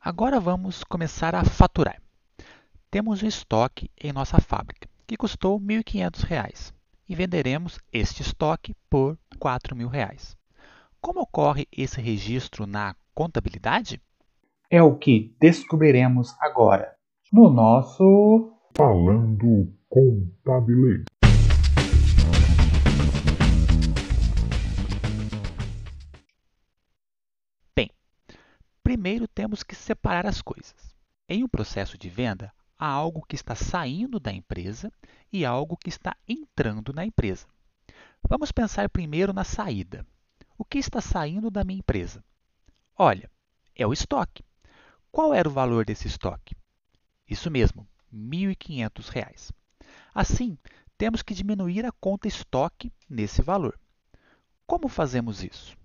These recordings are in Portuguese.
Agora vamos começar a faturar. Temos um estoque em nossa fábrica que custou R$ 1.500 e venderemos este estoque por R$ 4.000. Como ocorre esse registro na contabilidade? É o que descobriremos agora no nosso Falando Contabilês. Bem, primeiro temos que separar as coisas. Em um processo de venda, há algo que está saindo da empresa e algo que está entrando na empresa. Vamos pensar primeiro na saída. O que está saindo da minha empresa? Olha, é o estoque. Qual era o valor desse estoque? Isso mesmo, R$ 1.500. Assim, temos que diminuir a conta estoque nesse valor. Como fazemos isso?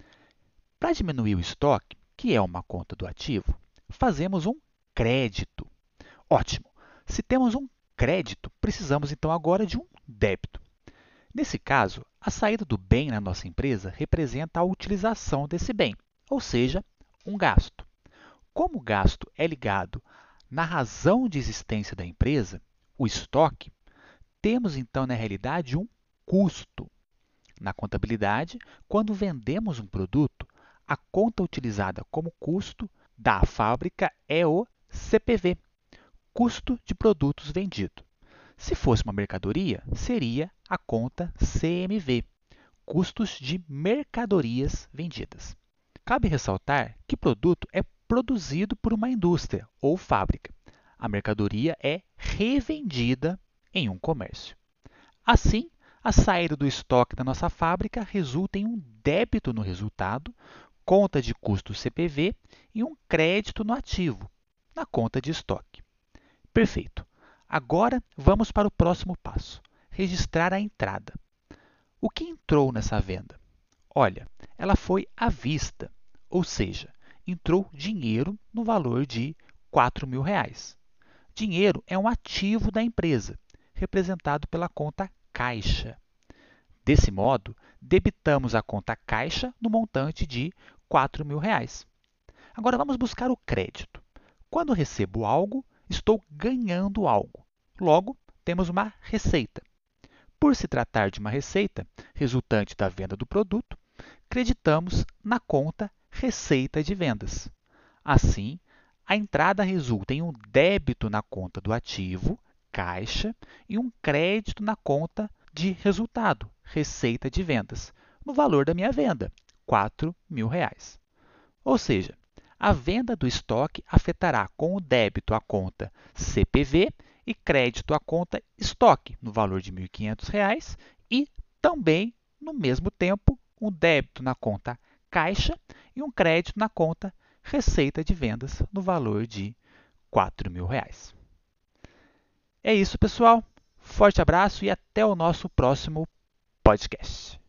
Para diminuir o estoque, que é uma conta do ativo, fazemos um crédito. Ótimo! Se temos um crédito, precisamos então agora de um débito. Nesse caso, a saída do bem na nossa empresa representa a utilização desse bem, ou seja, um gasto. Como o gasto é ligado na razão de existência da empresa, o estoque, temos então na realidade um custo. Na contabilidade, quando vendemos um produto, a conta utilizada como custo da fábrica é o CPV, custo de produtos vendido. Se fosse uma mercadoria, seria a conta CMV, custos de mercadorias vendidas. Cabe ressaltar que produto é produzido por uma indústria ou fábrica. A mercadoria é revendida em um comércio. Assim, a saída do estoque da nossa fábrica resulta em um débito no resultado, conta de custo CPV e um crédito no ativo, na conta de estoque. Perfeito. Agora vamos para o próximo passo, registrar a entrada. O que entrou nessa venda? Olha, ela foi à vista, ou seja, entrou dinheiro no valor de R$ 4.000. Dinheiro é um ativo da empresa, representado pela conta caixa. Desse modo, debitamos a conta caixa no montante de R$ 4.000. Agora vamos buscar o crédito. Quando recebo algo, estou ganhando algo. Logo, temos uma receita. Por se tratar de uma receita resultante da venda do produto, creditamos na conta receita de vendas. Assim, a entrada resulta em um débito na conta do ativo, caixa, e um crédito na conta de resultado, receita de vendas, no valor da minha venda, R$ 4.000. Ou seja, a venda do estoque afetará com o débito a conta CPV e crédito à conta estoque, no valor de R$ 1.500, e também, no mesmo tempo, um débito na conta caixa e um crédito na conta receita de vendas, no valor de R$ 4.000. É isso, pessoal. Forte abraço e até o nosso próximo podcast.